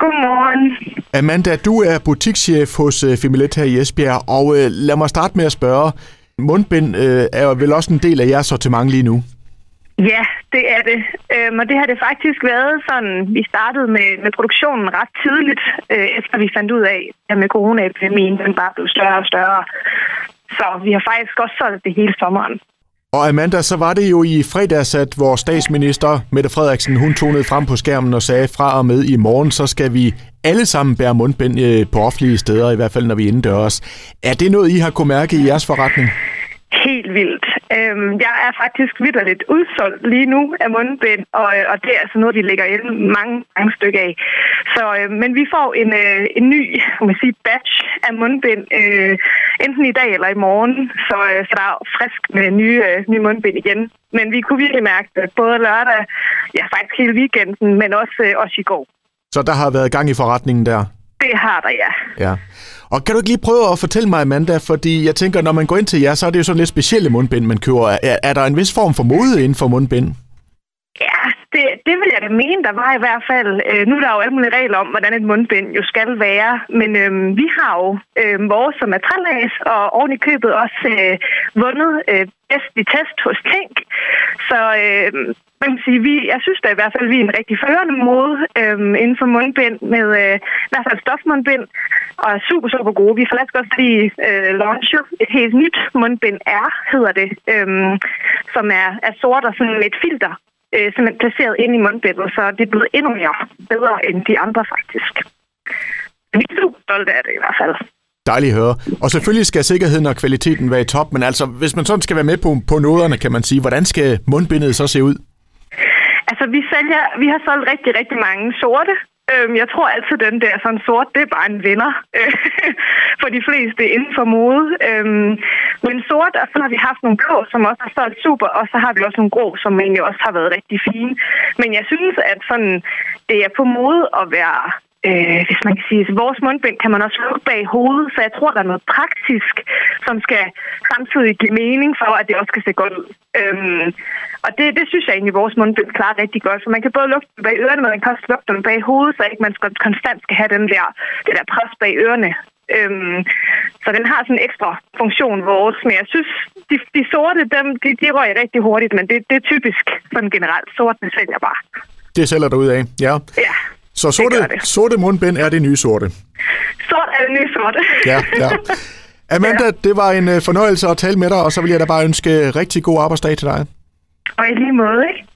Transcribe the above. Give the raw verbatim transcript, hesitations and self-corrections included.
Godmorgen. Amanda, du er butikschef hos Femilet her i Esbjerg, og øh, lad mig starte med at spørge. Mundbind øh, er vel også en del af jeres sortiment lige nu? Ja, det er det. Øhm, og det har det faktisk været sådan, vi startede med, med produktionen ret tidligt, øh, efter vi fandt ud af, at med coronaepidemien, den bare blev større og større. Så vi har faktisk også solgt det hele sommeren. Og Amanda, så var det jo i fredags, at vores statsminister, Mette Frederiksen, hun tonede frem på skærmen og sagde, fra og med i morgen, så skal vi alle sammen bære mundbind på offentlige steder, i hvert fald når vi er indendørs. Er det noget, I har kunnet mærke i jeres forretning? Helt vildt. Øhm, jeg er faktisk vitterligt udsolgt lige nu af mundbind, og, og det er altså noget, de lægger ind mange, mange stykker af. Så, øh, men vi får en, øh, en ny man sige, batch af mundbind, øh, enten i dag eller i morgen, så, øh, så der er frisk med nye, øh, nye mundbind igen. Men vi kunne virkelig mærke det, både lørdag, ja faktisk hele weekenden, men også, øh, også i går. Så der har været gang i forretningen der? Det har der, ja. Ja. Og kan du ikke lige prøve at fortælle mig, Amanda, fordi jeg tænker, når man går ind til jer, så er det jo sådan lidt specielle mundbind, man køber. Er, er der en vis form for mode inden for mundbind? Ja, det, det vil jeg da mene, der var i hvert fald. Øh, nu er der jo alle mulige regler om, hvordan et mundbind jo skal være, men øh, vi har jo øh, vores som er trælæs, og oven i købet også øh, vundet øh, bedst i test hos Tænk. Så øh, man kan sige, vi, jeg synes da i hvert fald, vi er en rigtig førende mode øh, inden for mundbind, med øh, i hvert fald stofmundbind, og er super, super gode. Vi får faktisk også lige øh, launchet et helt nyt mundbind R, hedder det, øh, som er, er sort og sådan med et filter, øh, simpelthen placeret ind i mundbindet, så det er blevet endnu mere bedre end de andre faktisk. Vi er super stolte af det i hvert fald. Dejligt at høre. Og selvfølgelig skal sikkerheden og kvaliteten være i top, men altså, hvis man sådan skal være med på, på noderne, kan man sige, hvordan skal mundbindet så se ud? Altså, vi sælger, vi har solgt rigtig, rigtig mange sorte. Øhm, jeg tror altid, den der sådan sort, det er bare en vinder øh, for de fleste inden for mode. Øhm, men sort, og så har vi haft nogle blå, som også har solgt super, og så har vi også nogle grå, som egentlig også har været rigtig fine. Men jeg synes, at sådan, det er på mode at være... Øh, hvis man kan sige, at vores mundbind kan man også lukke bag hovedet, så jeg tror, der er noget praktisk, som skal samtidig give mening for, at det også skal se godt ud. Øhm, og det, det synes jeg egentlig, at vores mundbind klarer rigtig godt, for man kan både lukke dem bag ørerne, men man kan også lukke dem bag hovedet, så ikke man skal konstant skal have den der, det der pres bag ørerne. Øhm, så den har sådan en ekstra funktion vores, men jeg synes, de, de sorte, dem, de, de røg rigtig hurtigt, men det, det er typisk sådan generelt. Sorten sælger bare. Det sælger der ud af, ja. Ja. Så sorte, sorte mundbind er det nye sorte? Sort er det nye sorte. Ja, ja. Amanda, ja. Det var en fornøjelse at tale med dig, og så vil jeg da bare ønske rigtig god arbejdsdag til dig. Og i lige måde, ikke?